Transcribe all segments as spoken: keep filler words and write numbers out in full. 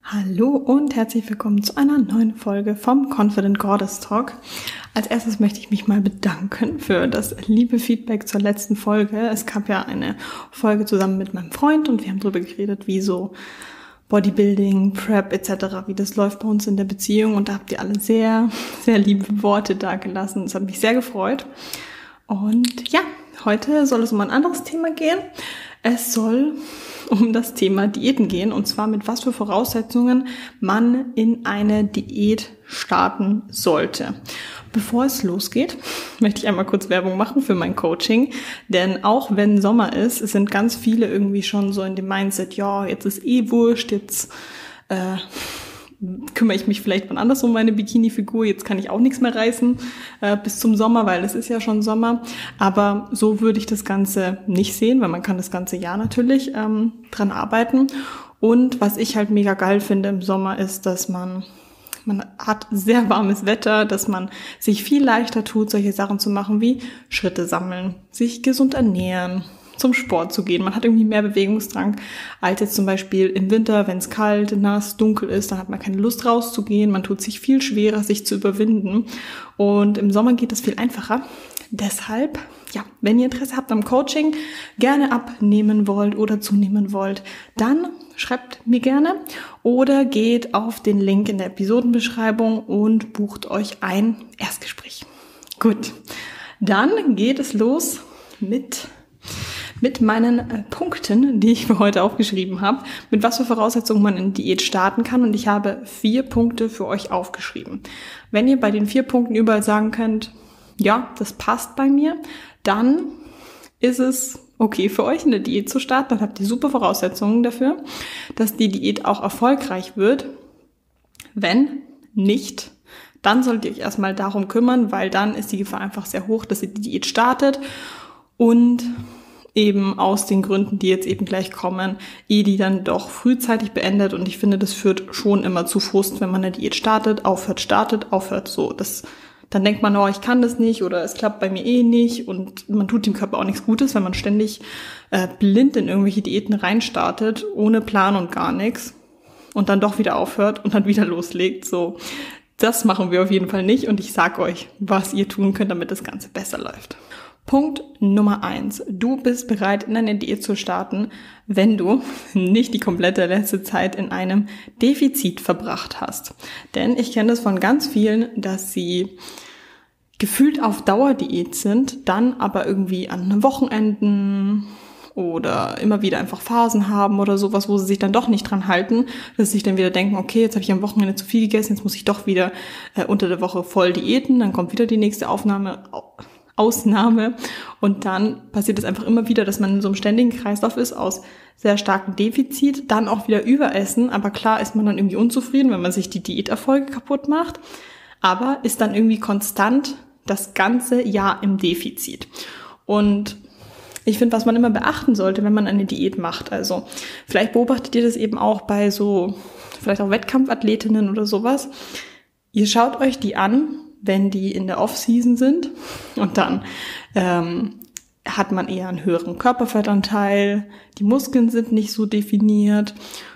Hallo und herzlich willkommen zu einer neuen Folge vom Confident Goddess Talk. Als erstes möchte ich mich mal bedanken für das liebe Feedback zur letzten Folge. Es gab ja eine Folge zusammen mit meinem Freund und wir haben darüber geredet, wie so Bodybuilding, Prep et cetera, wie das läuft bei uns in der Beziehung, und da habt ihr alle sehr, sehr liebe Worte dagelassen. Das hat mich sehr gefreut. Und ja, heute soll es um ein anderes Thema gehen. Es soll um das Thema Diäten gehen, und zwar mit was für Voraussetzungen man in eine Diät starten sollte. Bevor es losgeht, möchte ich einmal kurz Werbung machen für mein Coaching, denn auch wenn Sommer ist, es sind ganz viele irgendwie schon so in dem Mindset, ja, jetzt ist eh wurscht, jetzt äh, kümmere ich mich vielleicht mal anders um meine Bikini-Figur, jetzt kann ich auch nichts mehr reißen äh, bis zum Sommer, weil es ist ja schon Sommer. Aber so würde ich das Ganze nicht sehen, weil man kann das ganze Jahr natürlich ähm, dran arbeiten. Und was ich halt mega geil finde im Sommer ist, dass man man hat sehr warmes Wetter, dass man sich viel leichter tut, solche Sachen zu machen wie Schritte sammeln, sich gesund ernähren, zum Sport zu gehen. Man hat irgendwie mehr Bewegungsdrang als jetzt zum Beispiel im Winter, wenn es kalt, nass, dunkel ist, dann hat man keine Lust rauszugehen. Man tut sich viel schwerer, sich zu überwinden. Und im Sommer geht das viel einfacher. Deshalb, ja, wenn ihr Interesse habt am Coaching, gerne abnehmen wollt oder zunehmen wollt, dann schreibt mir gerne oder geht auf den Link in der Episodenbeschreibung und bucht euch ein Erstgespräch. Gut, dann geht es los mit mit meinen äh, Punkten, die ich für heute aufgeschrieben habe, mit was für Voraussetzungen man in Diät starten kann. Und ich habe vier Punkte für euch aufgeschrieben. Wenn ihr bei den vier Punkten überall sagen könnt, ja, das passt bei mir, dann ist es okay für euch, eine Diät zu starten. Dann habt ihr super Voraussetzungen dafür, dass die Diät auch erfolgreich wird. Wenn nicht, dann solltet ihr euch erstmal darum kümmern, weil dann ist die Gefahr einfach sehr hoch, dass ihr die Diät startet und eben aus den Gründen, die jetzt eben gleich kommen, ihr die dann doch frühzeitig beendet. Und ich finde, das führt schon immer zu Frust, wenn man eine Diät startet, aufhört, startet, aufhört. So, das, dann denkt man, oh, ich kann das nicht oder es klappt bei mir eh nicht, und man tut dem Körper auch nichts Gutes, wenn man ständig äh, blind in irgendwelche Diäten reinstartet, ohne Plan und gar nichts, und dann doch wieder aufhört und dann wieder loslegt. So, das machen wir auf jeden Fall nicht, und ich sag euch, was ihr tun könnt, damit das Ganze besser läuft. Punkt Nummer eins. Du bist bereit, in eine Diät zu starten, wenn du nicht die komplette letzte Zeit in einem Defizit verbracht hast. Denn ich kenne das von ganz vielen, dass sie gefühlt auf Dauerdiät sind, dann aber irgendwie an Wochenenden oder immer wieder einfach Phasen haben oder sowas, wo sie sich dann doch nicht dran halten, dass sie sich dann wieder denken, okay, jetzt habe ich am Wochenende zu viel gegessen, jetzt muss ich doch wieder äh, unter der Woche voll diäten, dann kommt wieder die nächste Aufnahme, Ausnahme, und dann passiert es einfach immer wieder, dass man in so einem ständigen Kreislauf ist aus sehr starkem Defizit, dann auch wieder Überessen, aber klar ist man dann irgendwie unzufrieden, wenn man sich die Diäterfolge kaputt macht, aber ist dann irgendwie konstant das ganze Jahr im Defizit. Und ich finde, was man immer beachten sollte, wenn man eine Diät macht, also vielleicht beobachtet ihr das eben auch bei so, vielleicht auch Wettkampfathletinnen oder sowas, ihr schaut euch die an, wenn die in der Off-Season sind, und dann ähm, hat man eher einen höheren Körperfettanteil, die Muskeln sind nicht so definiert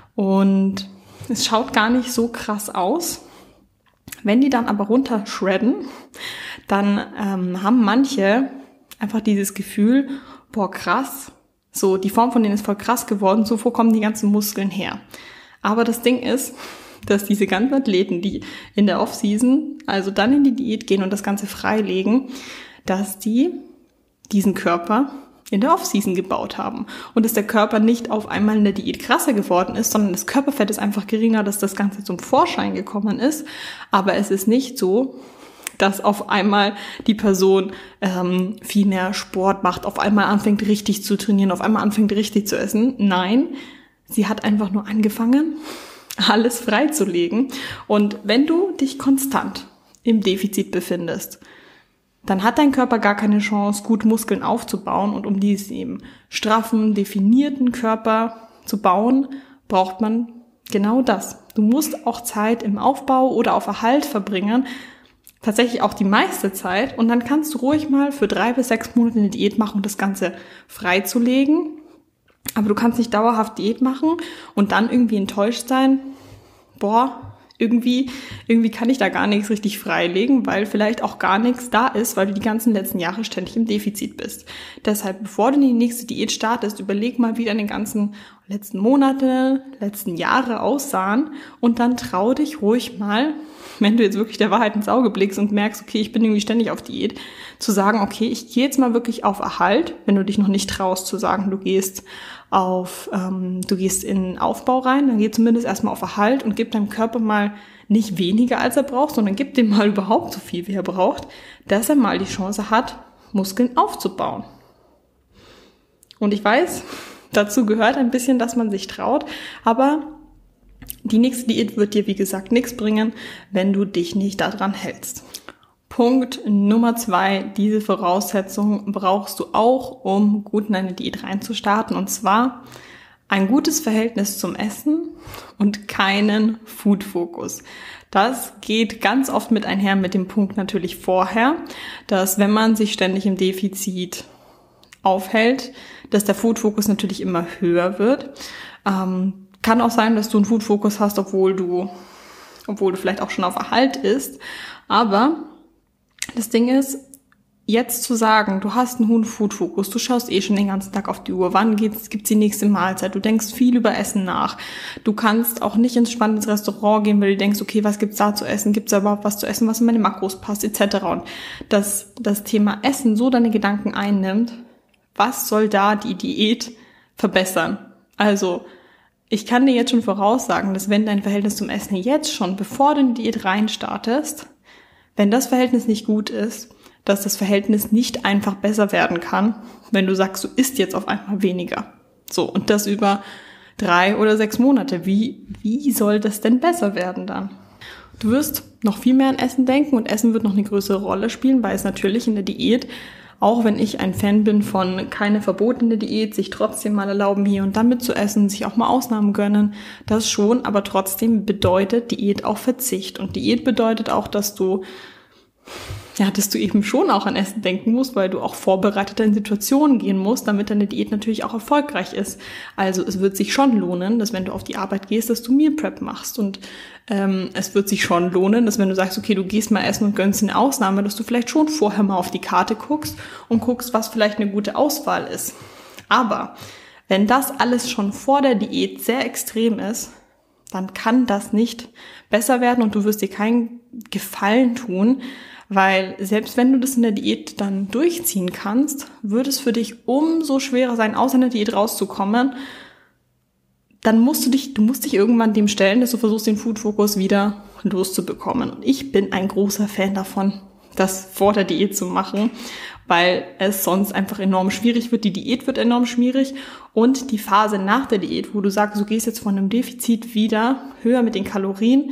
und es schaut gar nicht so krass aus. Wenn die dann aber runtershredden, dann ähm, haben manche einfach dieses Gefühl, boah, krass, so die Form von denen ist voll krass geworden, so wo kommen die ganzen Muskeln her. Aber das Ding ist, dass diese ganzen Athleten, die in der Off-Season, also dann in die Diät gehen und das Ganze freilegen, dass die diesen Körper in der Off-Season gebaut haben. Und dass der Körper nicht auf einmal in der Diät krasser geworden ist, sondern das Körperfett ist einfach geringer, dass das Ganze zum Vorschein gekommen ist. Aber es ist nicht so, dass auf einmal die Person ähm, viel mehr Sport macht, auf einmal anfängt richtig zu trainieren, auf einmal anfängt richtig zu essen. Nein, sie hat einfach nur angefangen, alles freizulegen. Und wenn du dich konstant im Defizit befindest, dann hat dein Körper gar keine Chance, gut Muskeln aufzubauen. Und um diesen eben straffen, definierten Körper zu bauen, braucht man genau das. Du musst auch Zeit im Aufbau oder auf Erhalt verbringen, tatsächlich auch die meiste Zeit. Und dann kannst du ruhig mal für drei bis sechs Monate eine Diät machen, um das Ganze freizulegen. Aber du kannst nicht dauerhaft Diät machen und dann irgendwie enttäuscht sein, boah, irgendwie, irgendwie kann ich da gar nichts richtig freilegen, weil vielleicht auch gar nichts da ist, weil du die ganzen letzten Jahre ständig im Defizit bist. Deshalb, bevor du die nächste Diät startest, überleg mal, wie deine ganzen letzten Monate, letzten Jahre aussahen und dann trau dich ruhig mal, wenn du jetzt wirklich der Wahrheit ins Auge blickst und merkst, okay, ich bin irgendwie ständig auf Diät, zu sagen, okay, ich gehe jetzt mal wirklich auf Erhalt, wenn du dich noch nicht traust zu sagen, du gehst auf, ähm, du gehst in Aufbau rein, dann geh zumindest erstmal auf Erhalt und gib deinem Körper mal nicht weniger, als er braucht, sondern gib dem mal überhaupt so viel, wie er braucht, dass er mal die Chance hat, Muskeln aufzubauen. Und ich weiß, dazu gehört ein bisschen, dass man sich traut, aber die nächste Diät wird dir, wie gesagt, nichts bringen, wenn du dich nicht daran hältst. Punkt Nummer zwei, diese Voraussetzung brauchst du auch, um gut in eine Diät reinzustarten, und zwar ein gutes Verhältnis zum Essen und keinen Food-Fokus. Das geht ganz oft mit einher mit dem Punkt natürlich vorher, dass wenn man sich ständig im Defizit aufhält, dass der Food-Fokus natürlich immer höher wird. Ähm, kann auch sein, dass du einen Food-Fokus hast, obwohl du, obwohl du vielleicht auch schon auf Erhalt isst, aber das Ding ist, jetzt zu sagen, du hast einen hohen Food-Fokus, du schaust eh schon den ganzen Tag auf die Uhr, wann geht's, gibt's die nächste Mahlzeit, du denkst viel über Essen nach, du kannst auch nicht ins spannende Restaurant gehen, weil du denkst, okay, was gibt's da zu essen, gibt's da überhaupt was zu essen, was in meine Makros passt, et cetera. Und dass das Thema Essen so deine Gedanken einnimmt, was soll da die Diät verbessern? Also, ich kann dir jetzt schon voraussagen, dass wenn dein Verhältnis zum Essen jetzt schon, bevor du in die Diät reinstartest, wenn das Verhältnis nicht gut ist, dass das Verhältnis nicht einfach besser werden kann, wenn du sagst, du isst jetzt auf einmal weniger. So, und das über drei oder sechs Monate. Wie, wie soll das denn besser werden dann? Du wirst noch viel mehr an Essen denken und Essen wird noch eine größere Rolle spielen, weil es natürlich in der Diät, auch wenn ich ein Fan bin von keine verbotene Diät, sich trotzdem mal erlauben, hier und da mitzuessen, sich auch mal Ausnahmen gönnen, das schon, aber trotzdem bedeutet Diät auch Verzicht. Und Diät bedeutet auch, dass du, ja, dass du eben schon auch an Essen denken musst, weil du auch vorbereitet in Situationen gehen musst, damit deine Diät natürlich auch erfolgreich ist. Also es wird sich schon lohnen, dass wenn du auf die Arbeit gehst, dass du Meal Prep machst. Und ähm, es wird sich schon lohnen, dass wenn du sagst, okay, du gehst mal essen und gönnst eine Ausnahme, dass du vielleicht schon vorher mal auf die Karte guckst und guckst, was vielleicht eine gute Auswahl ist. Aber wenn das alles schon vor der Diät sehr extrem ist, dann kann das nicht besser werden und du wirst dir keinen Gefallen tun, weil selbst wenn du das in der Diät dann durchziehen kannst, wird es für dich umso schwerer sein, aus einer Diät rauszukommen. Dann musst du dich, du musst dich irgendwann dem stellen, dass du versuchst, den Food-Fokus wieder loszubekommen. Und ich bin ein großer Fan davon, das vor der Diät zu machen, weil es sonst einfach enorm schwierig wird. Die Diät wird enorm schwierig und die Phase nach der Diät, wo du sagst, du gehst jetzt von einem Defizit wieder höher mit den Kalorien,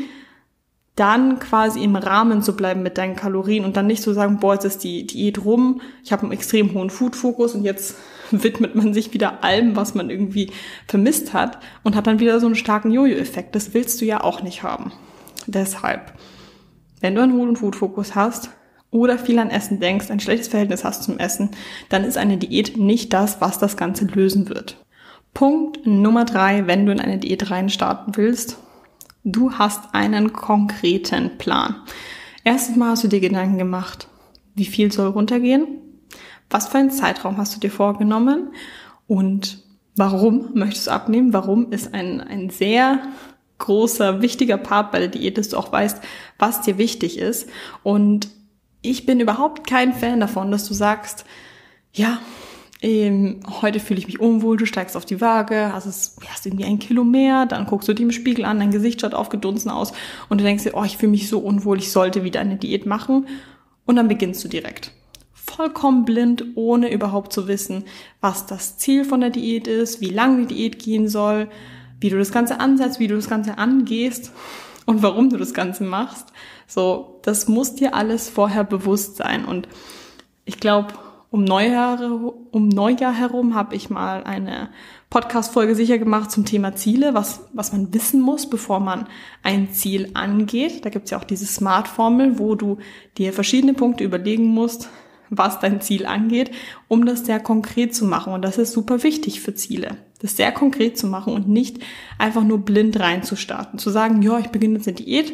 dann quasi im Rahmen zu bleiben mit deinen Kalorien und dann nicht so sagen, boah, jetzt ist die Diät rum, ich habe einen extrem hohen Food-Fokus und jetzt widmet man sich wieder allem, was man irgendwie vermisst hat und hat dann wieder so einen starken Jojo-Effekt. Das willst du ja auch nicht haben. Deshalb, wenn du einen hohen Food-Fokus hast oder viel an Essen denkst, ein schlechtes Verhältnis hast zum Essen, dann ist eine Diät nicht das, was das Ganze lösen wird. Punkt Nummer drei, wenn du in eine Diät reinstarten willst: Du hast einen konkreten Plan. Erstens mal hast du dir Gedanken gemacht, wie viel soll runtergehen? Was für einen Zeitraum hast du dir vorgenommen? Und warum möchtest du abnehmen? Warum ist ein, ein sehr großer, wichtiger Part bei der Diät, dass du auch weißt, was dir wichtig ist. Und ich bin überhaupt kein Fan davon, dass du sagst, ja, Ähm, heute fühle ich mich unwohl, du steigst auf die Waage, hast, es, hast irgendwie ein Kilo mehr, dann guckst du dir im Spiegel an, dein Gesicht schaut aufgedunsen aus und du denkst dir, oh, ich fühle mich so unwohl, ich sollte wieder eine Diät machen, und dann beginnst du direkt. Vollkommen blind, ohne überhaupt zu wissen, was das Ziel von der Diät ist, wie lange die Diät gehen soll, wie du das Ganze ansetzt, wie du das Ganze angehst und warum du das Ganze machst. So, das muss dir alles vorher bewusst sein. Und ich glaube, Um Neujahr, um Neujahr herum habe ich mal eine Podcast-Folge sicher gemacht zum Thema Ziele, was, was man wissen muss, bevor man ein Ziel angeht. Da gibt es ja auch diese Smart-Formel, wo du dir verschiedene Punkte überlegen musst, was dein Ziel angeht, um das sehr konkret zu machen. Und das ist super wichtig für Ziele, das sehr konkret zu machen und nicht einfach nur blind reinzustarten. Zu sagen, ja, ich beginne jetzt eine Diät,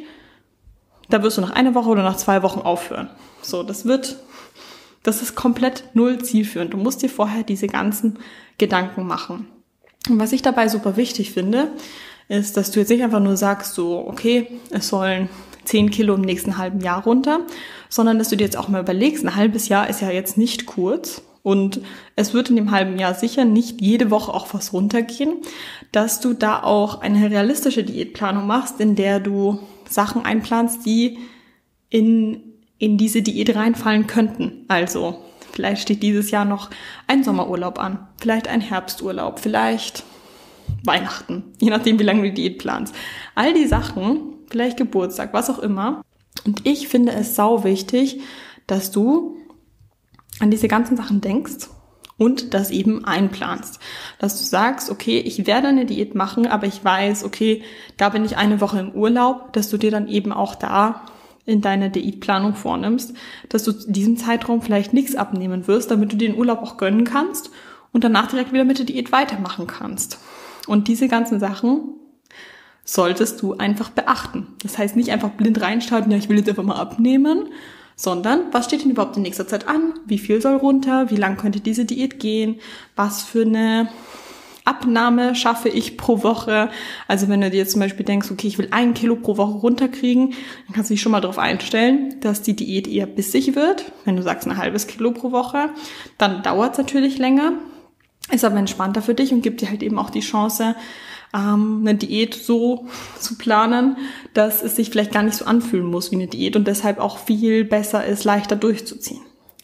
da wirst du nach einer Woche oder nach zwei Wochen aufhören. So, das wird, das ist komplett null zielführend. Du musst dir vorher diese ganzen Gedanken machen. Und was ich dabei super wichtig finde, ist, dass du jetzt nicht einfach nur sagst, so, okay, es sollen zehn Kilo im nächsten halben Jahr runter, sondern dass du dir jetzt auch mal überlegst, ein halbes Jahr ist ja jetzt nicht kurz und es wird in dem halben Jahr sicher nicht jede Woche auch was runtergehen, dass du da auch eine realistische Diätplanung machst, in der du Sachen einplanst, die in, in diese Diät reinfallen könnten. Also, vielleicht steht dieses Jahr noch ein Sommerurlaub an, vielleicht ein Herbsturlaub, vielleicht Weihnachten, je nachdem, wie lange du die Diät planst. All die Sachen, vielleicht Geburtstag, was auch immer. Und ich finde es sau wichtig, dass du an diese ganzen Sachen denkst und das eben einplanst. Dass du sagst, okay, ich werde eine Diät machen, aber ich weiß, okay, da bin ich eine Woche im Urlaub, dass du dir dann eben auch da in deine Diätplanung vornimmst, dass du in diesem Zeitraum vielleicht nichts abnehmen wirst, damit du dir den Urlaub auch gönnen kannst und danach direkt wieder mit der Diät weitermachen kannst. Und diese ganzen Sachen solltest du einfach beachten. Das heißt nicht einfach blind reinstarten, ja, ich will jetzt einfach mal abnehmen, sondern was steht denn überhaupt in nächster Zeit an? Wie viel soll runter? Wie lang könnte diese Diät gehen? Was für eine Abnahme schaffe ich pro Woche? Also wenn du dir jetzt zum Beispiel denkst, okay, ich will ein Kilo pro Woche runterkriegen, dann kannst du dich schon mal darauf einstellen, dass die Diät eher bissig wird. Wenn du sagst, ein halbes Kilo pro Woche, dann dauert es natürlich länger, ist aber entspannter für dich und gibt dir halt eben auch die Chance, eine Diät so zu planen, dass es sich vielleicht gar nicht so anfühlen muss wie eine Diät und deshalb auch viel besser ist, leichter durchzuziehen.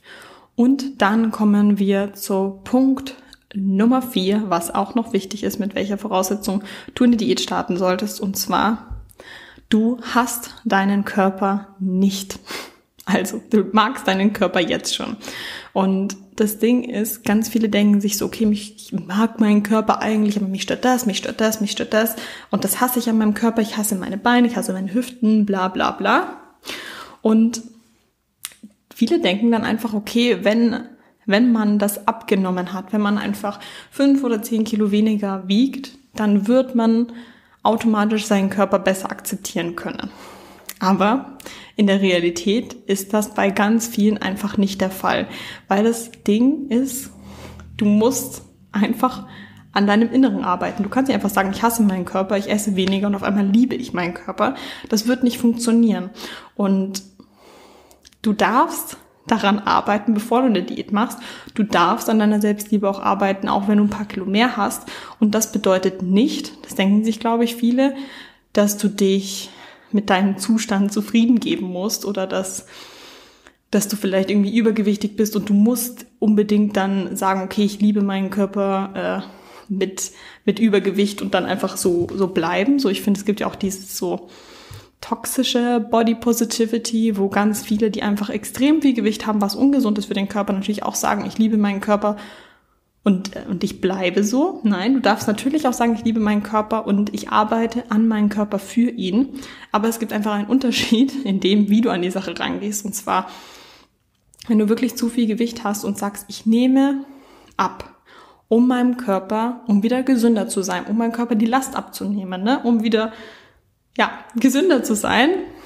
Und dann kommen wir zu Punkt Nummer vier, was auch noch wichtig ist, mit welcher Voraussetzung du eine Diät starten solltest. Und zwar, du hast deinen Körper nicht. Also, du magst deinen Körper jetzt schon. Und das Ding ist, ganz viele denken sich so, okay, ich mag meinen Körper eigentlich, aber mich stört das, mich stört das, mich stört das. Und das hasse ich an meinem Körper. Ich hasse meine Beine, ich hasse meine Hüften, bla bla bla. Und viele denken dann einfach, okay, wenn, wenn man das abgenommen hat, wenn man einfach fünf oder zehn Kilo weniger wiegt, dann wird man automatisch seinen Körper besser akzeptieren können. Aber in der Realität ist das bei ganz vielen einfach nicht der Fall, weil das Ding ist, du musst einfach an deinem Inneren arbeiten. Du kannst nicht einfach sagen, ich hasse meinen Körper, ich esse weniger und auf einmal liebe ich meinen Körper. Das wird nicht funktionieren. Und du darfst daran arbeiten, bevor du eine Diät machst. Du darfst an deiner Selbstliebe auch arbeiten, auch wenn du ein paar Kilo mehr hast. Und das bedeutet nicht, das denken sich, glaube ich, viele, dass du dich mit deinem Zustand zufrieden geben musst oder dass, dass du vielleicht irgendwie übergewichtig bist und du musst unbedingt dann sagen, okay, ich liebe meinen Körper äh, mit, mit Übergewicht und dann einfach so, so bleiben. So, ich finde, es gibt ja auch dieses so toxische Body Positivity, wo ganz viele, die einfach extrem viel Gewicht haben, was ungesund ist für den Körper, natürlich auch sagen, ich liebe meinen Körper und, und ich bleibe so. Nein, du darfst natürlich auch sagen, ich liebe meinen Körper und ich arbeite an meinen Körper für ihn. Aber es gibt einfach einen Unterschied in dem, wie du an die Sache rangehst. Und zwar, wenn du wirklich zu viel Gewicht hast und sagst, ich nehme ab, um meinem Körper, um wieder gesünder zu sein, um meinem Körper die Last abzunehmen, ne, um wieder, ja, gesünder zu sein.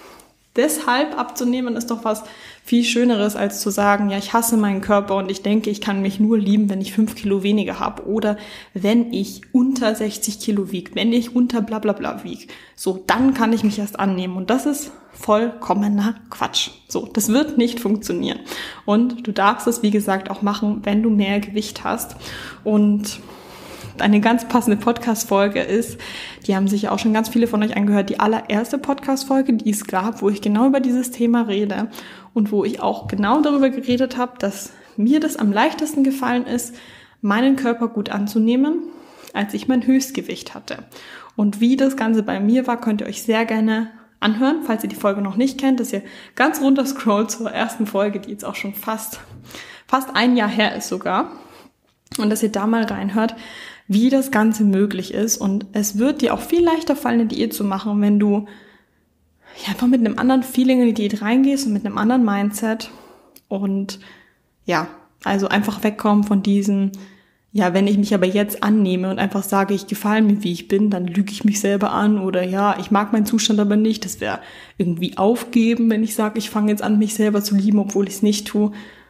Deshalb abzunehmen ist doch was viel Schöneres, als zu sagen, ja, ich hasse meinen Körper und ich denke, ich kann mich nur lieben, wenn ich fünf Kilo weniger habe oder wenn ich unter sechzig Kilo wiege, wenn ich unter bla bla bla wiege. So, dann kann ich mich erst annehmen und das ist vollkommener Quatsch. So, das wird nicht funktionieren. Und du darfst es, wie gesagt, auch machen, wenn du mehr Gewicht hast. Und eine ganz passende Podcast-Folge ist, die haben sich ja auch schon ganz viele von euch angehört, die allererste Podcast-Folge, die es gab, wo ich genau über dieses Thema rede und wo ich auch genau darüber geredet habe, dass mir das am leichtesten gefallen ist, meinen Körper gut anzunehmen, als ich mein Höchstgewicht hatte. Und wie das Ganze bei mir war, könnt ihr euch sehr gerne anhören, falls ihr die Folge noch nicht kennt, dass ihr ganz runter scrollt zur ersten Folge, die jetzt auch schon fast, fast ein Jahr her ist sogar. Und dass ihr da mal reinhört, wie das Ganze möglich ist. Und es wird dir auch viel leichter fallen, eine Diät zu machen, wenn du ja, einfach mit einem anderen Feeling in die Diät reingehst und mit einem anderen Mindset und ja, also einfach wegkommen von diesen, ja, wenn ich mich aber jetzt annehme und einfach sage, ich gefalle mir, wie ich bin, dann lüge ich mich selber an oder ja, ich mag meinen Zustand aber nicht. Das wäre irgendwie aufgeben, wenn ich sage, ich fange jetzt an, mich selber zu lieben, obwohl ich es nicht tue.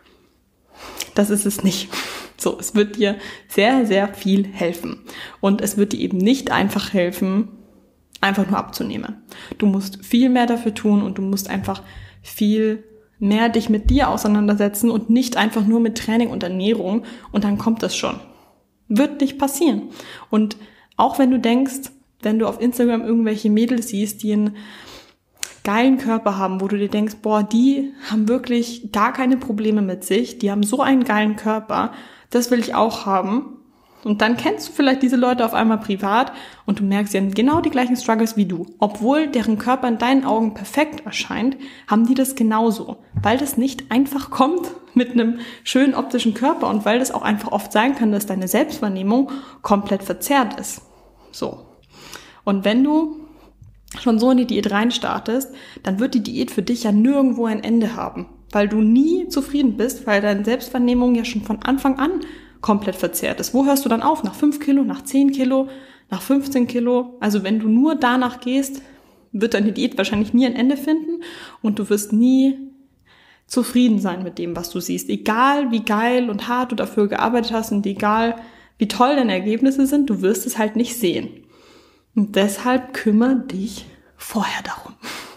Das ist es nicht. So, es wird dir sehr, sehr viel helfen. Und es wird dir eben nicht einfach helfen, einfach nur abzunehmen. Du musst viel mehr dafür tun und du musst einfach viel mehr dich mit dir auseinandersetzen und nicht einfach nur mit Training und Ernährung und dann kommt das schon. Wird nicht passieren. Und auch wenn du denkst, wenn du auf Instagram irgendwelche Mädels siehst, die einen geilen Körper haben, wo du dir denkst, boah, die haben wirklich gar keine Probleme mit sich, die haben so einen geilen Körper, das will ich auch haben. Und dann kennst du vielleicht diese Leute auf einmal privat und du merkst, sie haben genau die gleichen Struggles wie du. Obwohl deren Körper in deinen Augen perfekt erscheint, haben die das genauso. Weil das nicht einfach kommt mit einem schönen optischen Körper und weil das auch einfach oft sein kann, dass deine Selbstwahrnehmung komplett verzerrt ist. So. Und wenn du schon so in die Diät reinstartest, dann wird die Diät für dich ja nirgendwo ein Ende haben. Weil du nie zufrieden bist, weil deine Selbstwahrnehmung ja schon von Anfang an komplett verzerrt ist. Wo hörst du dann auf? Nach fünf Kilo, nach zehn Kilo, nach fünfzehn Kilo? Also wenn du nur danach gehst, wird deine Diät wahrscheinlich nie ein Ende finden und du wirst nie zufrieden sein mit dem, was du siehst. Egal wie geil und hart du dafür gearbeitet hast und egal wie toll deine Ergebnisse sind, du wirst es halt nicht sehen. Und deshalb kümmere dich vorher darum.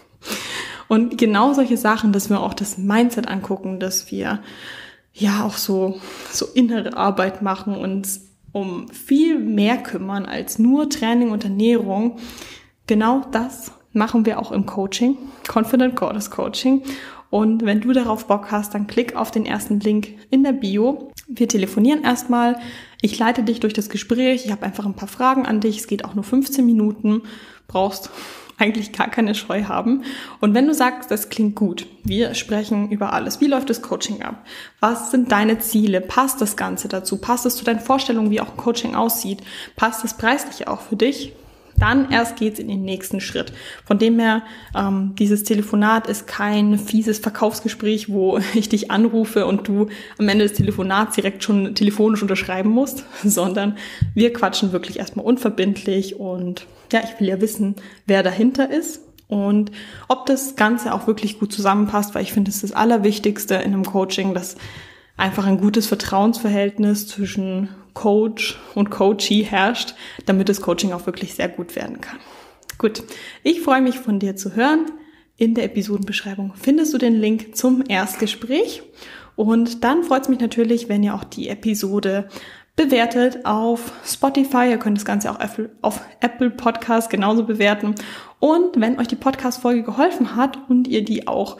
Und genau solche Sachen, dass wir auch das Mindset angucken, dass wir ja auch so, so innere Arbeit machen, uns um viel mehr kümmern als nur Training und Ernährung. Genau das machen wir auch im Coaching, Confident Goddess Coaching. Und wenn du darauf Bock hast, dann klick auf den ersten Link in der Bio. Wir telefonieren erstmal. Ich leite dich durch das Gespräch. Ich habe einfach ein paar Fragen an dich. Es geht auch nur fünfzehn Minuten. Brauchst eigentlich gar keine Scheu haben. Und wenn du sagst, das klingt gut, wir sprechen über alles. Wie läuft das Coaching ab? Was sind deine Ziele? Passt das Ganze dazu? Passt es zu deinen Vorstellungen, wie auch ein Coaching aussieht? Passt das preislich auch für dich? Dann erst geht's in den nächsten Schritt. Von dem her, ähm, dieses Telefonat ist kein fieses Verkaufsgespräch, wo ich dich anrufe und du am Ende des Telefonats direkt schon telefonisch unterschreiben musst, sondern wir quatschen wirklich erstmal unverbindlich und ja, ich will ja wissen, wer dahinter ist und ob das Ganze auch wirklich gut zusammenpasst, weil ich finde, es ist das Allerwichtigste in einem Coaching, dass einfach ein gutes Vertrauensverhältnis zwischen Coach und Coachee herrscht, damit das Coaching auch wirklich sehr gut werden kann. Gut, ich freue mich von dir zu hören. In der Episodenbeschreibung findest du den Link zum Erstgespräch und dann freut es mich natürlich, wenn ihr auch die Episode bewertet auf Spotify. Ihr könnt das Ganze auch auf Apple Podcast genauso bewerten. Und wenn euch die Podcast-Folge geholfen hat und ihr die auch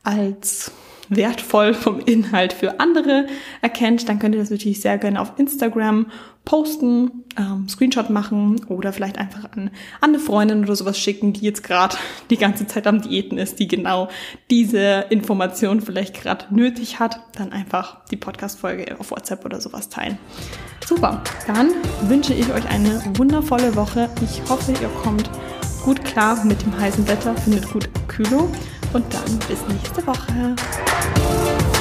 als wertvoll vom Inhalt für andere erkennt, dann könnt ihr das natürlich sehr gerne auf Instagram posten, ähm, Screenshot machen oder vielleicht einfach an, an eine Freundin oder sowas schicken, die jetzt gerade die ganze Zeit am Diäten ist, die genau diese Information vielleicht gerade nötig hat, dann einfach die Podcast-Folge auf WhatsApp oder sowas teilen. Super, dann wünsche ich euch eine wundervolle Woche. Ich hoffe, ihr kommt gut klar mit dem heißen Wetter, findet gut Kühlung und dann bis nächste Woche.